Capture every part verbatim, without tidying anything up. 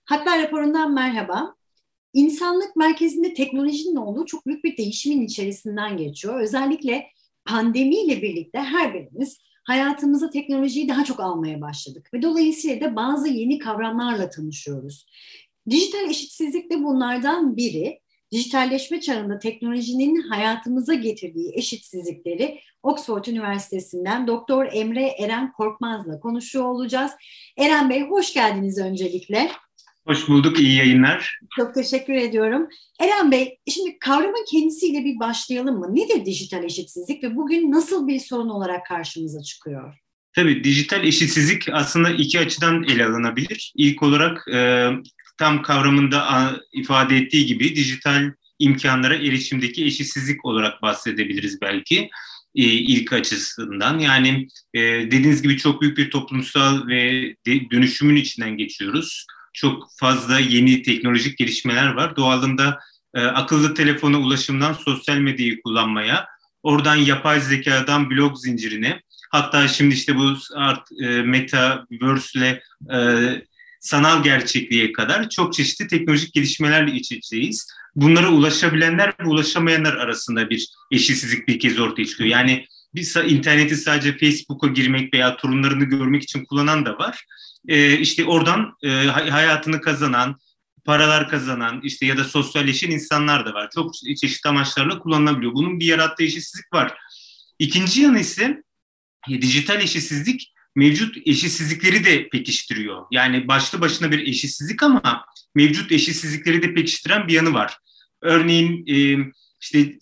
Haklar raporundan merhaba. İnsanlık merkezinde teknolojinin olduğu çok büyük bir değişimin içerisinden geçiyor. Özellikle pandemiyle birlikte her birimiz hayatımıza teknolojiyi daha çok almaya başladık. Ve dolayısıyla da bazı yeni kavramlarla tanışıyoruz. Dijital eşitsizlik de bunlardan biri. Dijitalleşme çağında teknolojinin hayatımıza getirdiği eşitsizlikleri Oxford Üniversitesi'nden Doktor Emre Eren Korkmaz'la konuşuyor olacağız. Eren Bey, hoş geldiniz öncelikle. Hoş bulduk, iyi yayınlar. Çok teşekkür ediyorum. Eren Bey, şimdi kavramın kendisiyle bir başlayalım mı? Nedir dijital eşitsizlik ve bugün nasıl bir sorun olarak karşımıza çıkıyor? Tabii dijital eşitsizlik aslında iki açıdan ele alınabilir. İlk olarak e, tam kavramında a, ifade ettiği gibi dijital imkanlara erişimdeki eşitsizlik olarak bahsedebiliriz belki e, ilk açısından. Yani e, dediğiniz gibi çok büyük bir toplumsal ve de, dönüşümün içinden geçiyoruz. Çok fazla yeni teknolojik gelişmeler var. Doğalında e, akıllı telefona ulaşımdan sosyal medyayı kullanmaya, oradan yapay zekadan blog zincirine, hatta şimdi işte bu art, e, Metaverse'le e, sanal gerçekliğe kadar çok çeşitli teknolojik gelişmelerle iç içeyiz. Bunlara ulaşabilenler ve ulaşamayanlar arasında bir eşitsizlik bir kez ortaya çıkıyor. Yani biz interneti sadece Facebook'a girmek veya torunlarını görmek için kullanan da var. E, işte oradan e, hayatını kazanan, paralar kazanan işte ya da sosyalleşen insanlar da var. Çok çeşitli amaçlarla kullanılabiliyor. Bunun bir yarattığı eşitsizlik var. İkinci yanı ise dijital eşitsizlik mevcut eşitsizlikleri de pekiştiriyor. Yani başlı başına bir eşitsizlik ama mevcut eşitsizlikleri de pekiştiren bir yanı var. Örneğin e, işte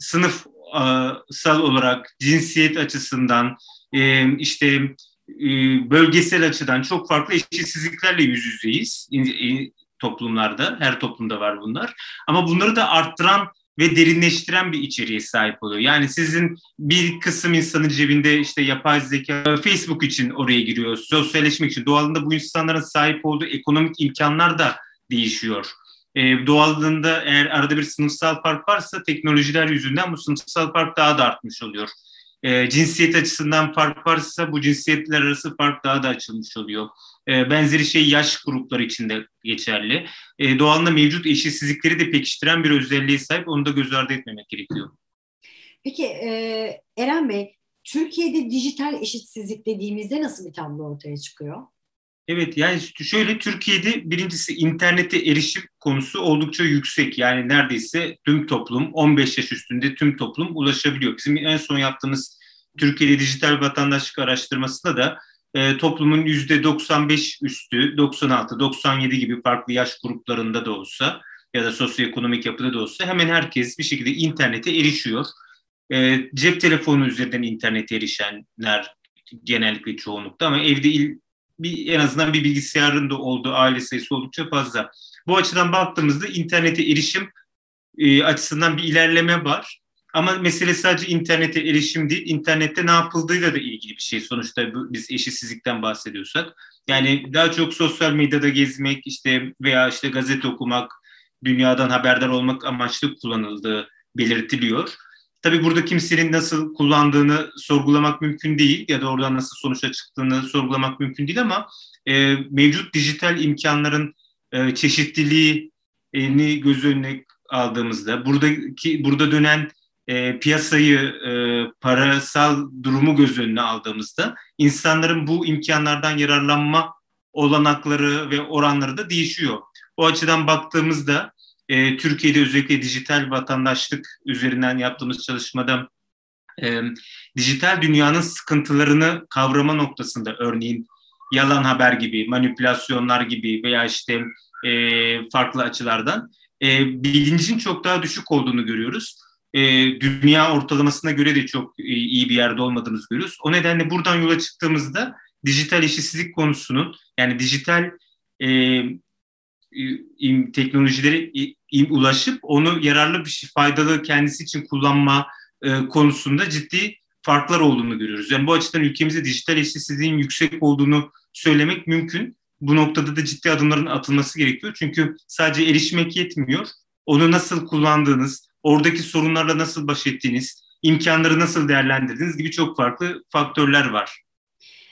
sınıfsal olarak, cinsiyet açısından, e, işte e, bölgesel açıdan çok farklı eşitsizliklerle yüz yüzeyiz e, toplumlarda. Her toplumda var bunlar. Ama bunları da arttıran ve derinleştiren bir içeriğe sahip oluyor. Yani sizin bir kısım insanın cebinde işte yapay zeka, Facebook için oraya giriyor, sosyalleşmek için. Doğalında bu insanların sahip olduğu ekonomik imkanlar da değişiyor. E, doğalında eğer arada bir sınıfsal fark varsa teknolojiler yüzünden bu sınıfsal fark daha da artmış oluyor. E, cinsiyet açısından fark varsa bu cinsiyetler arası fark daha da açılmış oluyor. E, benzeri şey yaş grupları için de geçerli. E, doğalında mevcut eşitsizlikleri de pekiştiren bir özelliğe sahip. Onu da göz ardı etmemek gerekiyor. Peki e, Eren Bey, Türkiye'de dijital eşitsizlik dediğimizde nasıl bir tablo ortaya çıkıyor? Evet, yani şöyle, Türkiye'de birincisi internete erişim konusu oldukça yüksek. Yani neredeyse tüm toplum, on beş yaş üstünde tüm toplum ulaşabiliyor. Bizim en son yaptığımız Türkiye'de dijital vatandaşlık araştırmasında da e, toplumun yüzde doksan beş üstü, doksan altı, doksan yedi gibi farklı yaş gruplarında da olsa ya da sosyoekonomik yapıda da olsa hemen herkes bir şekilde internete erişiyor. E, cep telefonu üzerinden internete erişenler genellikle çoğunlukta, ama evde il, bir, en azından bir bilgisayarın da olduğu aile sayısı oldukça fazla. Bu açıdan baktığımızda internete erişim e, açısından bir ilerleme var. Ama mesele sadece internete erişim değil, internette ne yapıldığıyla da ilgili bir şey. Sonuçta bu, biz eşitsizlikten bahsediyorsak. Yani daha çok sosyal medyada gezmek işte veya işte gazete okumak, dünyadan haberdar olmak amaçlı kullanıldığı belirtiliyor. Tabii burada kimsenin nasıl kullandığını sorgulamak mümkün değil ya da oradan nasıl sonuçla çıktığını sorgulamak mümkün değil, ama e, mevcut dijital imkanların e, çeşitliliğini göz önüne aldığımızda, buradaki burada dönen e, piyasayı, e, parasal durumu göz önüne aldığımızda insanların bu imkanlardan yararlanma olanakları ve oranları da değişiyor. O açıdan baktığımızda e, Türkiye'de özellikle dijital vatandaşlık üzerinden yaptığımız çalışmada e, dijital dünyanın sıkıntılarını kavrama noktasında, örneğin yalan haber gibi, manipülasyonlar gibi veya işte e, farklı açılardan e, bilincin çok daha düşük olduğunu görüyoruz. E, dünya ortalamasına göre de çok e, iyi bir yerde olmadığımızı görüyoruz. O nedenle buradan yola çıktığımızda dijital eşitsizlik konusunun, yani dijital e, im, teknolojilere im, ulaşıp onu yararlı bir şey, faydalı kendisi için kullanma e, konusunda ciddi farklar olduğunu görüyoruz. Yani bu açıdan ülkemizde dijital eşitsizliğin yüksek olduğunu söylemek mümkün. Bu noktada da ciddi adımların atılması gerekiyor. Çünkü sadece erişmek yetmiyor. Onu nasıl kullandığınız, oradaki sorunlarla nasıl baş ettiğiniz, imkanları nasıl değerlendirdiğiniz gibi çok farklı faktörler var.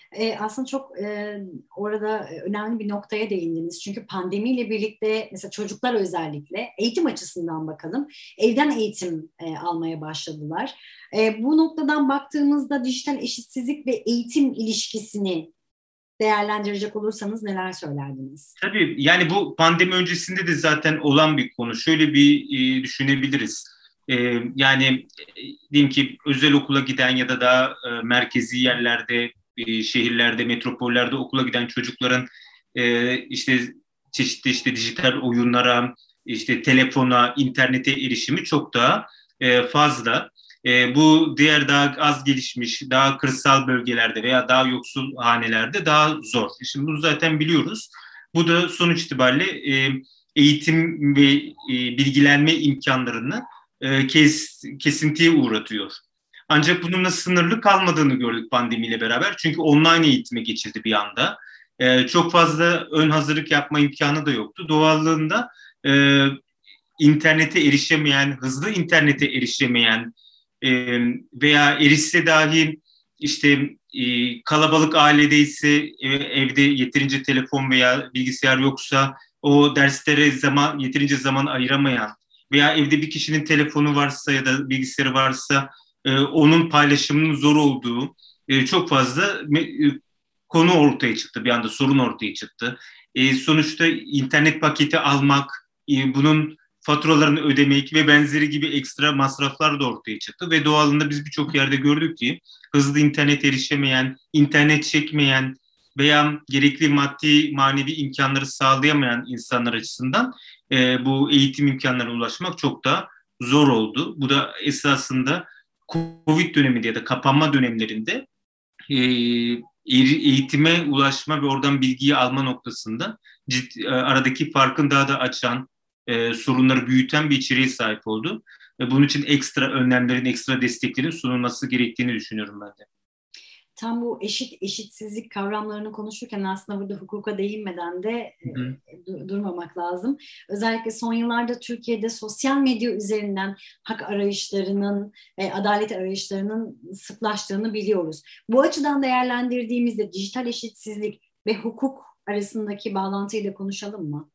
E, aslında çok e, orada önemli bir noktaya değindiniz. Çünkü pandemiyle birlikte mesela çocuklar özellikle eğitim açısından bakalım. Evden eğitim e, almaya başladılar. E, bu noktadan baktığımızda dijital eşitsizlik ve eğitim ilişkisini değerlendirecek olursanız neler söylerdiniz? Tabii yani bu pandemi öncesinde de zaten olan bir konu. Şöyle bir e, düşünebiliriz. E, yani e, diyelim ki özel okula giden ya da daha e, merkezi yerlerde, e, şehirlerde, metropollerde okula giden çocukların e, işte çeşitli işte dijital oyunlara, işte telefona, internete erişimi çok daha e, fazla. E, bu diğer daha az gelişmiş, daha kırsal bölgelerde veya daha yoksul hanelerde daha zor. Şimdi bunu zaten biliyoruz. Bu da sonuç itibariyle e, eğitim ve e, bilgilenme imkanlarını e, kes, kesintiye uğratıyor. Ancak bununla sınırlı kalmadığını gördük pandemiyle beraber. Çünkü online eğitime geçildi bir anda. E, çok fazla ön hazırlık yapma imkanı da yoktu. Doğallığında e, internete erişemeyen, hızlı internete erişemeyen e, veya erişse dahi işte e, kalabalık ailedeyse e, evde yeterince telefon veya bilgisayar yoksa o derslere zaman yeterince zaman ayıramayan veya evde bir kişinin telefonu varsa ya da bilgisayarı varsa e, onun paylaşımının zor olduğu e, çok fazla e, konu ortaya çıktı. Bir anda sorun ortaya çıktı. E, sonuçta internet paketi almak, e, bunun faturalarını ödemek ve benzeri gibi ekstra masraflar da ortaya çıktı. Ve doğalında biz birçok yerde gördük ki hızlı internet erişemeyen, internet çekmeyen veya gerekli maddi manevi imkanları sağlayamayan insanlar açısından e, bu eğitim imkanlarına ulaşmak çok daha zor oldu. Bu da esasında Covid döneminde ya da kapanma dönemlerinde e, eğitime ulaşma ve oradan bilgiyi alma noktasında ciddi, aradaki farkın daha da açan, e, sorunları büyüten bir içeriğe sahip oldu. Ve bunun için ekstra önlemlerin, ekstra desteklerin sunulması gerektiğini düşünüyorum ben de. Tam bu eşit eşitsizlik kavramlarını konuşurken aslında burada hukuka değinmeden de Hı hı. e, durmamak lazım. Özellikle son yıllarda Türkiye'de sosyal medya üzerinden hak arayışlarının, e, adalet arayışlarının sıklaştığını biliyoruz. Bu açıdan değerlendirdiğimizde dijital eşitsizlik ve hukuk arasındaki bağlantıyı da konuşalım mı?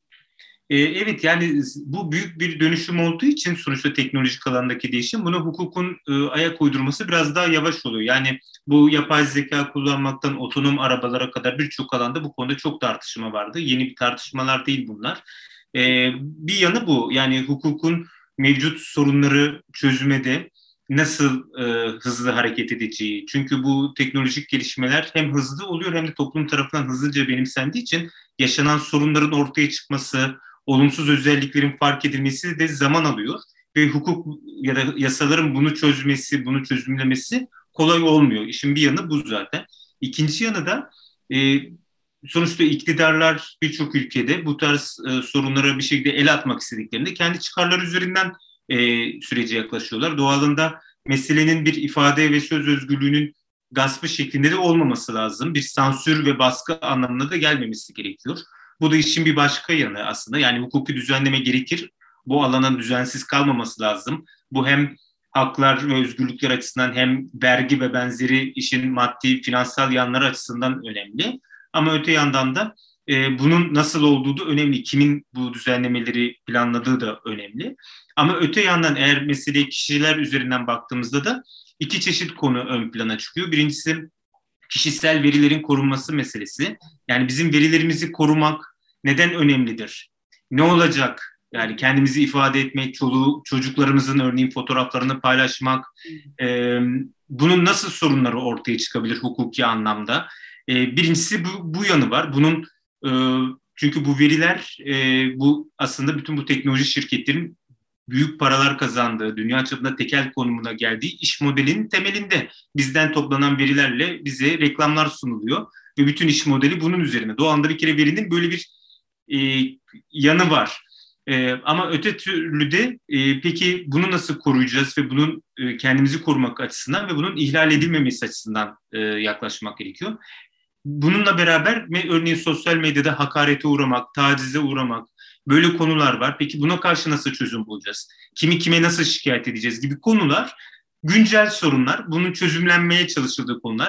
Evet, yani bu büyük bir dönüşüm olduğu için sonuçta teknolojik alandaki değişim, buna hukukun e, ayak uydurması biraz daha yavaş oluyor. Yani bu yapay zeka kullanmaktan otonom arabalara kadar birçok alanda bu konuda çok tartışma vardı. Yeni bir tartışmalar değil bunlar. E, bir yanı bu, yani hukukun mevcut sorunları çözmede nasıl e, hızlı hareket edeceği. Çünkü bu teknolojik gelişmeler hem hızlı oluyor hem de toplum tarafından hızlıca benimsendiği için yaşanan sorunların ortaya çıkması, olumsuz özelliklerin fark edilmesi de zaman alıyor ve hukuk ya da yasaların bunu çözmesi, bunu çözümlemesi kolay olmuyor. İşin bir yanı bu zaten. İkinci yanı da e, sonuçta iktidarlar birçok ülkede bu tarz e, sorunlara bir şekilde el atmak istediklerinde kendi çıkarları üzerinden e, sürece yaklaşıyorlar. Doğalında meselenin bir ifade ve söz özgürlüğünün gaspı şeklinde de olmaması lazım. Bir sansür ve baskı anlamına da gelmemesi gerekiyor. Bu da işin bir başka yanı aslında. Yani hukuki düzenleme gerekir. Bu alanın düzensiz kalmaması lazım. Bu hem haklar ve özgürlükler açısından hem vergi ve benzeri işin maddi, finansal yanları açısından önemli. Ama öte yandan da e, bunun nasıl olduğu da önemli. Kimin bu düzenlemeleri planladığı da önemli. Ama öte yandan eğer meseleye kişiler üzerinden baktığımızda da iki çeşit konu ön plana çıkıyor. Birincisi kişisel verilerin korunması meselesi. Yani bizim verilerimizi korumak neden önemlidir? Ne olacak? Yani kendimizi ifade etmek, çoluğu, çocuklarımızın örneğin fotoğraflarını paylaşmak, e, bunun nasıl sorunları ortaya çıkabilir hukuki anlamda? E, birincisi bu, bu yanı var. Bunun e, çünkü bu veriler, e, bu aslında bütün bu teknoloji şirketlerin büyük paralar kazandığı, dünya çapında tekel konumuna geldiği iş modelinin temelinde bizden toplanan verilerle bize reklamlar sunuluyor ve bütün iş modeli bunun üzerine. Doğanda bir kere verinin böyle bir e, yanı var. E, ama öte türlü de e, peki bunu nasıl koruyacağız ve bunun e, kendimizi korumak açısından ve bunun ihlal edilmemesi açısından e, yaklaşmak gerekiyor. Bununla beraber örneğin sosyal medyada hakarete uğramak, tacize uğramak, böyle konular var. Peki buna karşı nasıl çözüm bulacağız? Kimi kime nasıl şikayet edeceğiz gibi konular güncel sorunlar. Bunun çözümlenmeye çalışıldığı konular.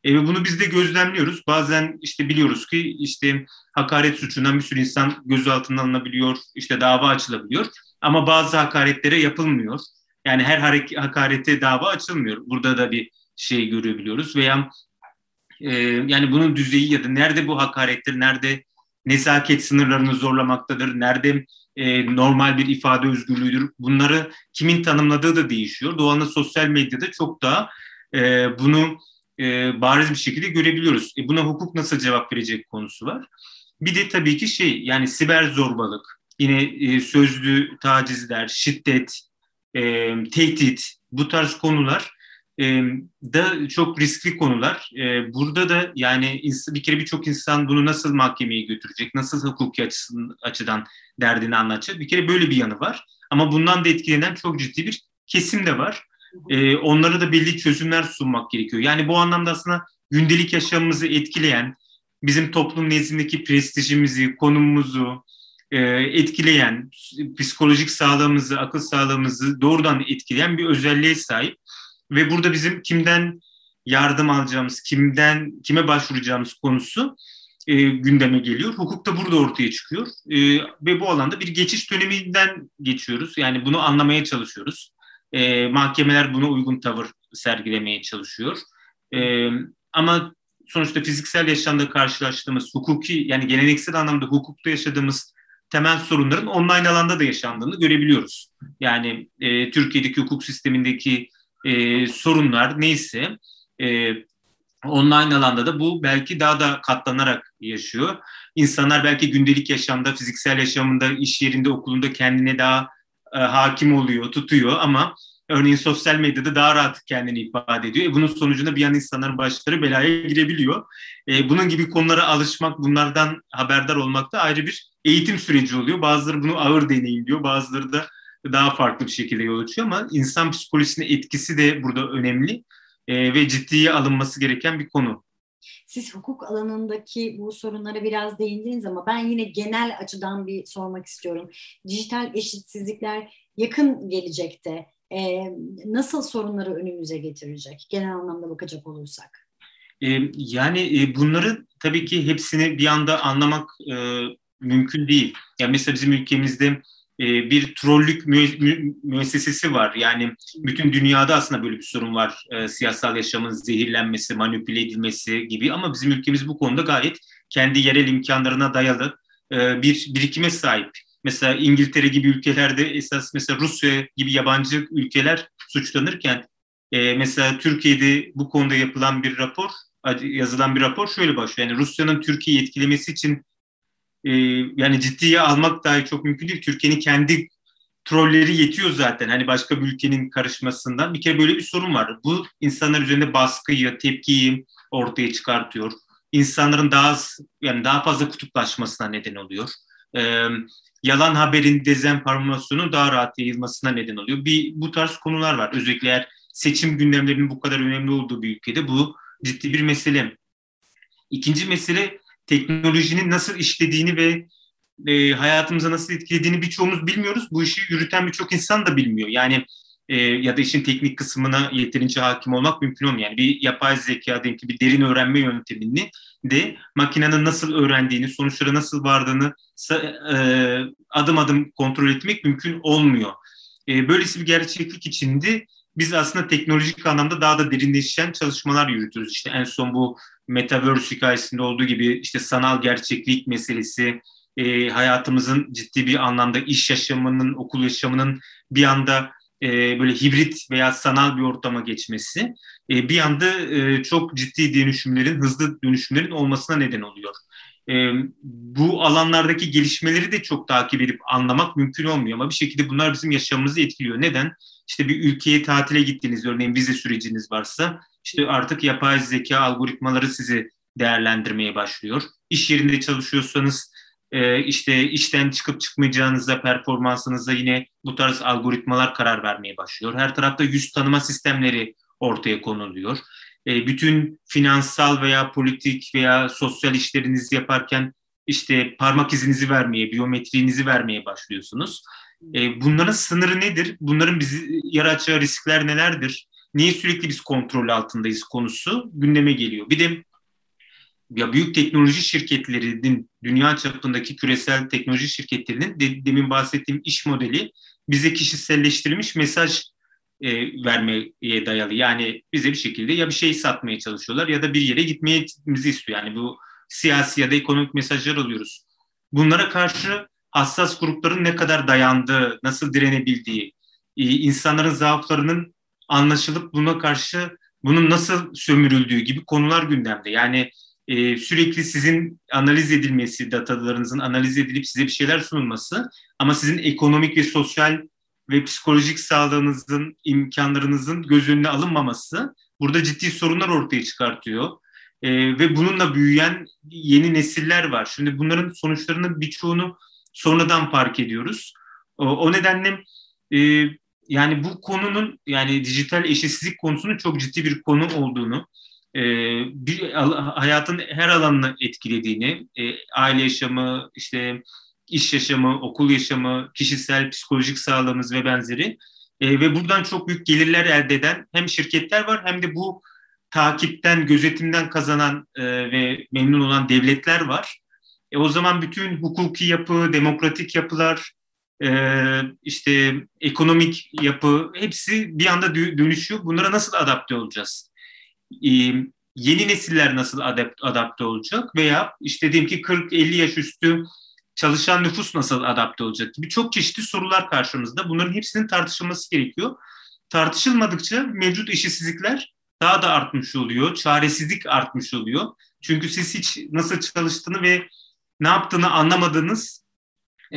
E, ve bunu biz de gözlemliyoruz. Bazen işte biliyoruz ki işte hakaret suçundan bir sürü insan gözaltına alınabiliyor, işte dava açılabiliyor. Ama bazı hakaretlere yapılmıyor. Yani her hare- hakarete dava açılmıyor. Burada da bir şey görebiliyoruz. Veya e, yani bunun düzeyi ya da nerede bu hakarettir, nerede nezaket sınırlarını zorlamaktadır, nerede e, normal bir ifade özgürlüğüdür. Bunları kimin tanımladığı da değişiyor. Doğal sosyal medyada çok daha e, bunu e, bariz bir şekilde görebiliyoruz. E, buna hukuk nasıl cevap verecek konusu var. Bir de tabii ki şey, yani siber zorbalık, yine e, sözlü tacizler, şiddet, e, tehdit, bu tarz konular e, da çok riskli konular. E, burada da yani bir kere birçok insan bunu nasıl mahkemeye götürecek, nasıl hukuki açısından, açıdan derdini anlatacak. Bir kere böyle bir yanı var. Ama bundan da etkilenen çok ciddi bir kesim de var. E, onlara da belli çözümler sunmak gerekiyor. Yani bu anlamda aslında gündelik yaşamımızı etkileyen, bizim toplum nezdindeki prestijimizi, konumumuzu e, etkileyen, psikolojik sağlığımızı, akıl sağlığımızı doğrudan etkileyen bir özelliğe sahip. Ve burada bizim kimden yardım alacağımız, kimden kime başvuracağımız konusu e, gündeme geliyor. Hukuk da burada ortaya çıkıyor. E, ve bu alanda bir geçiş döneminden geçiyoruz. Yani bunu anlamaya çalışıyoruz. E, mahkemeler buna uygun tavır sergilemeye çalışıyor. E, ama sonuçta fiziksel yaşamda karşılaştığımız hukuki, yani geleneksel anlamda hukukta yaşadığımız temel sorunların online alanda da yaşandığını görebiliyoruz. Yani e, Türkiye'deki hukuk sistemindeki e, sorunlar neyse e, online alanda da bu belki daha da katlanarak yaşıyor. İnsanlar belki gündelik yaşamda, fiziksel yaşamında, iş yerinde, okulunda kendine daha e, hakim oluyor, tutuyor ama örneğin sosyal medyada daha rahat kendini ifade ediyor. E, bunun sonucunda bir yan insanların başları belaya girebiliyor. E, bunun gibi konulara alışmak, bunlardan haberdar olmak da ayrı bir eğitim süreci oluyor. Bazıları bunu ağır deneyimliyor, bazıları da daha farklı bir şekilde yol açıyor ama insan psikolojisine etkisi de burada önemli e, ve ciddiye alınması gereken bir konu. Siz hukuk alanındaki bu sorunlara biraz değindiniz ama ben yine genel açıdan bir sormak istiyorum. Dijital eşitsizlikler yakın gelecekte e, nasıl sorunları önümüze getirecek? Genel anlamda bakacak olursak. E, yani e, bunları tabii ki hepsini bir anda anlamak e, mümkün değil. Yani mesela bizim ülkemizde e, bir trollük mü- mü- müessesesi var. Yani bütün dünyada aslında böyle bir sorun var. E, siyasal yaşamın zehirlenmesi, manipüle edilmesi gibi. Ama bizim ülkemiz bu konuda gayet kendi yerel imkanlarına dayalı e, bir birikime sahip. Mesela İngiltere gibi ülkelerde esas mesela Rusya gibi yabancı ülkeler suçlanırken e, mesela Türkiye'de bu konuda yapılan bir rapor, yazılan bir rapor şöyle başlıyor. Yani Rusya'nın Türkiye'yi etkilemesi için e, yani ciddiye almak dahi çok mümkün değil. Türkiye'nin kendi trolleri yetiyor zaten. Hani başka bir ülkenin karışmasından. Bir kere böyle bir sorun var. Bu insanlar üzerinde baskıyı, tepkiyi ortaya çıkartıyor. İnsanların daha az, yani daha fazla kutuplaşmasına neden oluyor. Ee, yalan haberin dezenformasyonun daha rahat yayılmasına neden oluyor. Bir bu tarz konular var. Özellikle eğer seçim gündemlerinin bu kadar önemli olduğu bir ülkede bu ciddi bir mesele. İkinci mesele teknolojinin nasıl işlediğini ve e, hayatımıza nasıl etkilediğini birçoğumuz bilmiyoruz. Bu işi yürüten birçok insan da bilmiyor. Yani e, ya da işin teknik kısmına yeterince hakim olmak mümkün olmuyor. Yani bir yapay zeka diyelim ki bir derin öğrenme yöntemini de makinenin nasıl öğrendiğini, sonuçlara nasıl vardığını e, adım adım kontrol etmek mümkün olmuyor. E, böylesi bir gerçeklik içinde biz aslında teknolojik anlamda daha da derinleşen çalışmalar yürütüyoruz. İşte en son bu Metaverse hikayesinde olduğu gibi işte sanal gerçeklik meselesi, e, hayatımızın ciddi bir anlamda iş yaşamının, okul yaşamının bir anda e, böyle hibrit veya sanal bir ortama geçmesi e, bir anda e, çok ciddi dönüşümlerin, hızlı dönüşümlerin olmasına neden oluyor. E, bu alanlardaki gelişmeleri de çok takip edip anlamak mümkün olmuyor ama bir şekilde bunlar bizim yaşamımızı etkiliyor. Neden? İşte bir ülkeye tatile gittiniz, örneğin vize süreciniz varsa işte artık yapay zeka algoritmaları sizi değerlendirmeye başlıyor. İş yerinde çalışıyorsanız e, işte işten çıkıp çıkmayacağınıza, performansınıza yine bu tarz algoritmalar karar vermeye başlıyor. Her tarafta yüz tanıma sistemleri ortaya konuluyor. E, bütün finansal veya politik veya sosyal işlerinizi yaparken işte parmak izinizi vermeye, biyometriğinizi vermeye başlıyorsunuz. E, bunların sınırı nedir? Bunların bizi yaratacağı riskler nelerdir? niye sürekli biz kontrol altındayız konusu gündeme geliyor. Bir de ya büyük teknoloji şirketlerinin, dünya çapındaki küresel teknoloji şirketlerinin de, demin bahsettiğim iş modeli bize kişiselleştirilmiş mesaj e, vermeye dayalı. Yani bize bir şekilde ya bir şey satmaya çalışıyorlar ya da bir yere gitmemizi istiyor. Yani bu siyasi ya da ekonomik mesajlar alıyoruz. Bunlara karşı hassas grupların ne kadar dayandığı, nasıl direnebildiği, e, insanların zaaflarının anlaşılıp buna karşı bunun nasıl sömürüldüğü gibi konular gündemde. Yani e, sürekli sizin analiz edilmesi, datalarınızın analiz edilip size bir şeyler sunulması ama sizin ekonomik ve sosyal ve psikolojik sağlığınızın, imkanlarınızın göz önüne alınmaması burada ciddi sorunlar ortaya çıkartıyor. E, ve bununla büyüyen yeni nesiller var. Şimdi bunların sonuçlarının birçoğunu sonradan fark ediyoruz. O, o nedenle e, yani bu konunun, yani dijital eşitsizlik konusunun çok ciddi bir konu olduğunu, e, bir hayatın her alanını etkilediğini, e, aile yaşamı, işte iş yaşamı, okul yaşamı, kişisel psikolojik sağlığımız ve benzeri, e, ve buradan çok büyük gelirler elde eden hem şirketler var hem de bu takipten, gözetimden kazanan e, ve memnun olan devletler var. E, o zaman bütün hukuki yapı, demokratik yapılar, e, işte ekonomik yapı hepsi bir anda dönüşüyor. Bunlara nasıl adapte olacağız? E, Yeni nesiller nasıl adapte, adapte olacak? Veya işte diyelim ki kırk elli yaş üstü çalışan nüfus nasıl adapte olacak gibi çok çeşitli sorular karşımızda. Bunların hepsinin tartışılması gerekiyor. Tartışılmadıkça mevcut eşitsizlikler daha da artmış oluyor. Çaresizlik artmış oluyor. Çünkü siz hiç nasıl çalıştığını ve ne yaptığını anlamadığınız e,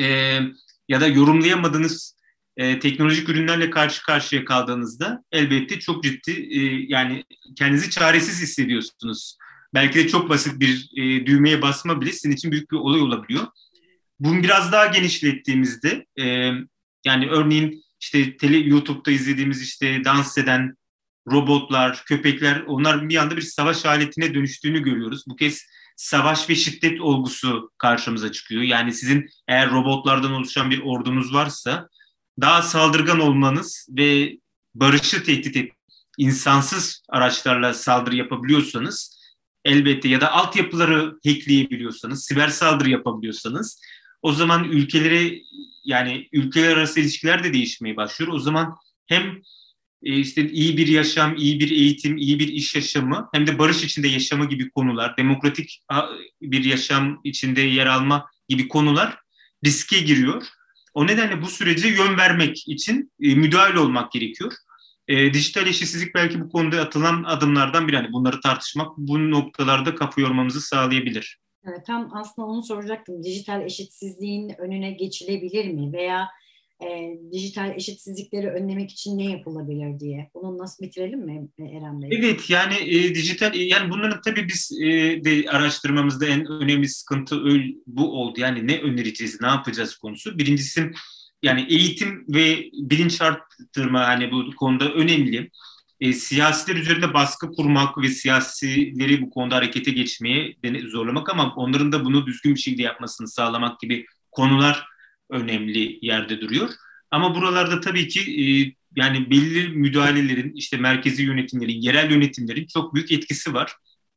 ya da yorumlayamadığınız e, teknolojik ürünlerle karşı karşıya kaldığınızda elbette çok ciddi e, yani kendinizi çaresiz hissediyorsunuz. Belki de çok basit bir e, düğmeye basma bile sizin için büyük bir olay olabiliyor. Bunu biraz daha genişlettiğimizde e, yani örneğin işte tele, YouTube'da izlediğimiz işte dans eden robotlar, köpekler, onlar bir anda bir savaş aletine dönüştüğünü görüyoruz. Bu kez savaş ve şiddet olgusu karşımıza çıkıyor. Yani sizin eğer robotlardan oluşan bir ordunuz varsa daha saldırgan olmanız ve barışı tehdit et, insansız araçlarla saldırı yapabiliyorsanız elbette ya da altyapıları hackleyebiliyorsanız, siber saldırı yapabiliyorsanız o zaman ülkelere, yani ülkeler arası ilişkiler de değişmeye başlıyor. O zaman hem e, işte iyi bir yaşam, iyi bir eğitim, iyi bir iş yaşamı hem de barış içinde yaşama gibi konular, demokratik bir yaşam içinde yer alma gibi konular riske giriyor. O nedenle bu sürece yön vermek için e, müdahale olmak gerekiyor. E, dijital eşitsizlik belki bu konuda atılan adımlardan biri. Hani bunları tartışmak bu noktalarda kafa yormamızı sağlayabilir. Evet, tam aslında onu soracaktım. Dijital eşitsizliğin önüne geçilebilir mi? Veya e, dijital eşitsizlikleri önlemek için ne yapılabilir diye. Bunu nasıl bitirelim mi Eren Bey? Evet, yani e, dijital, yani bunların tabii biz e, de araştırmamızda en önemli sıkıntı öyle, bu oldu. Yani ne önereceğiz, ne yapacağız konusu. Birincisi yani eğitim ve bilinç arttırma, hani bu konuda önemli. E, siyasiler üzerinde baskı kurmak ve siyasileri bu konuda harekete geçmeye zorlamak ama onların da bunu düzgün bir şekilde yapmasını sağlamak gibi konular önemli yerde duruyor. Ama buralarda tabii ki e, yani belirli müdahalelerin, işte merkezi yönetimlerin, yerel yönetimlerin çok büyük etkisi var.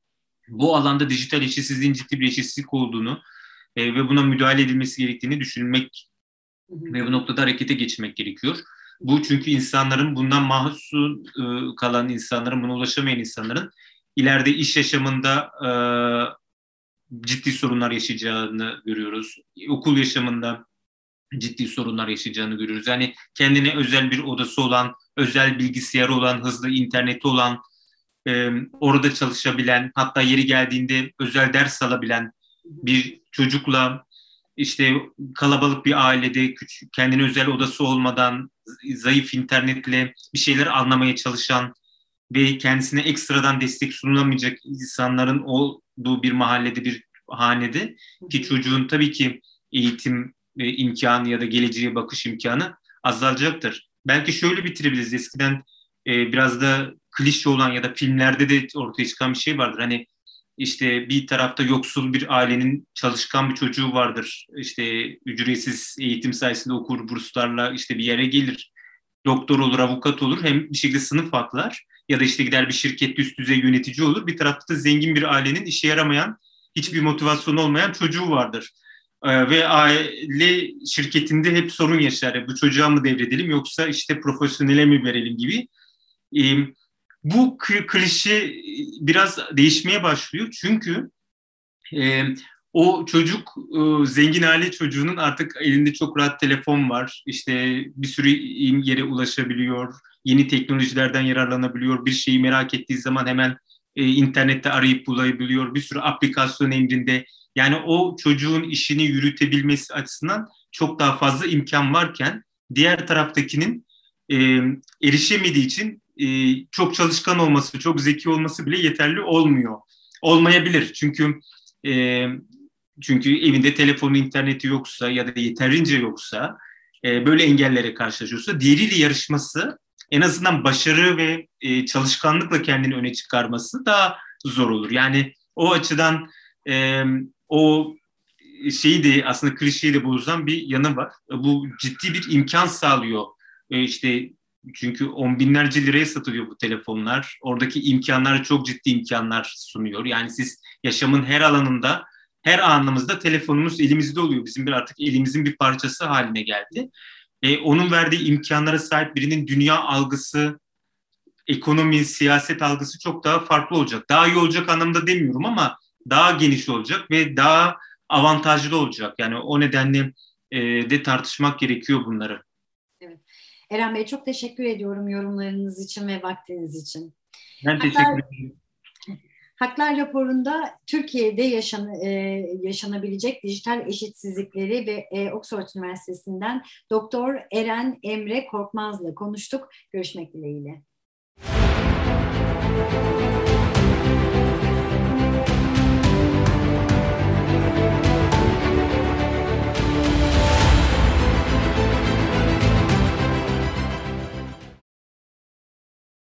Bu alanda dijital eşitsizliğin ciddi bir eşitsizlik olduğunu e, ve buna müdahale edilmesi gerektiğini düşünmek hı hı. ve bu noktada harekete geçmek gerekiyor. Bu çünkü insanların, bundan mahzun e, kalan insanların, buna ulaşamayan insanların ileride iş yaşamında e, ciddi sorunlar yaşayacağını görüyoruz. Okul yaşamında ciddi sorunlar yaşayacağını görüyoruz. Yani kendine özel bir odası olan, özel bilgisayarı olan, hızlı interneti olan, e, orada çalışabilen, hatta yeri geldiğinde özel ders alabilen bir çocukla, işte kalabalık bir ailede küçük, kendine özel odası olmadan zayıf internetle bir şeyler anlamaya çalışan ve kendisine ekstradan destek sunulamayacak insanların olduğu bir mahallede, bir hanede ki çocuğun tabii ki eğitim e, imkanı ya da geleceğe bakış imkanı azalacaktır. Belki şöyle bitirebiliriz. Eskiden e, biraz da klişe olan ya da filmlerde de ortaya çıkan bir şey vardır. Hani işte bir tarafta yoksul bir ailenin çalışkan bir çocuğu vardır. İşte ücretsiz eğitim sayesinde okur, burslarla işte bir yere gelir. doktor olur, avukat olur, hem bir şekilde sınıf atlar ya da işte gider bir şirkette üst düzey yönetici olur. Bir tarafta da zengin bir ailenin işe yaramayan, hiçbir motivasyonu olmayan çocuğu vardır. Ee, ve aile şirketinde hep sorun yaşar. Yani bu çocuğa mı devredelim yoksa işte profesyonele mi verelim gibi. Ee, bu klişe biraz değişmeye başlıyor. Çünkü e, o çocuk, e, zengin aile çocuğunun artık elinde çok rahat telefon var. İşte bir sürü yere ulaşabiliyor. Yeni teknolojilerden yararlanabiliyor. Bir şeyi merak ettiği zaman hemen e, internette arayıp bulabiliyor. Bir sürü aplikasyon emrinde. Yani o çocuğun işini yürütebilmesi açısından çok daha fazla imkan varken diğer taraftakinin e, erişemediği için e, çok çalışkan olması, çok zeki olması bile yeterli olmuyor. Olmayabilir. Çünkü e, çünkü evinde telefonu, interneti yoksa ya da yeterince yoksa, e, böyle engellere karşılaşıyorsa diğeriyle yarışması, en azından başarı ve e, çalışkanlıkla kendini öne çıkarması daha zor olur. Yani o açıdan e, o şeyi de aslında klişeyi de bozan bir yanı var. Bu ciddi bir imkan sağlıyor. E, işte çünkü on binlerce liraya satılıyor bu telefonlar. Oradaki imkanlar çok ciddi imkanlar sunuyor. Yani siz yaşamın her alanında, her anımızda telefonumuz elimizde oluyor. Bizim bir artık elimizin bir parçası haline geldi. E, onun verdiği imkanlara sahip birinin dünya algısı, ekonomi, siyaset algısı çok daha farklı olacak. Daha iyi olacak anlamda demiyorum ama daha geniş olacak ve daha avantajlı olacak. Yani o nedenle e, de tartışmak gerekiyor bunları. Evet. Eren Bey, çok teşekkür ediyorum yorumlarınız için ve vaktiniz için. Ben Haklar, teşekkür ederim. Haklar raporunda Türkiye'de yaşan, e, yaşanabilecek dijital eşitsizlikleri ve e, Oxford Üniversitesi'nden Doktor Eren Emre Korkmaz'la konuştuk. Görüşmek dileğiyle.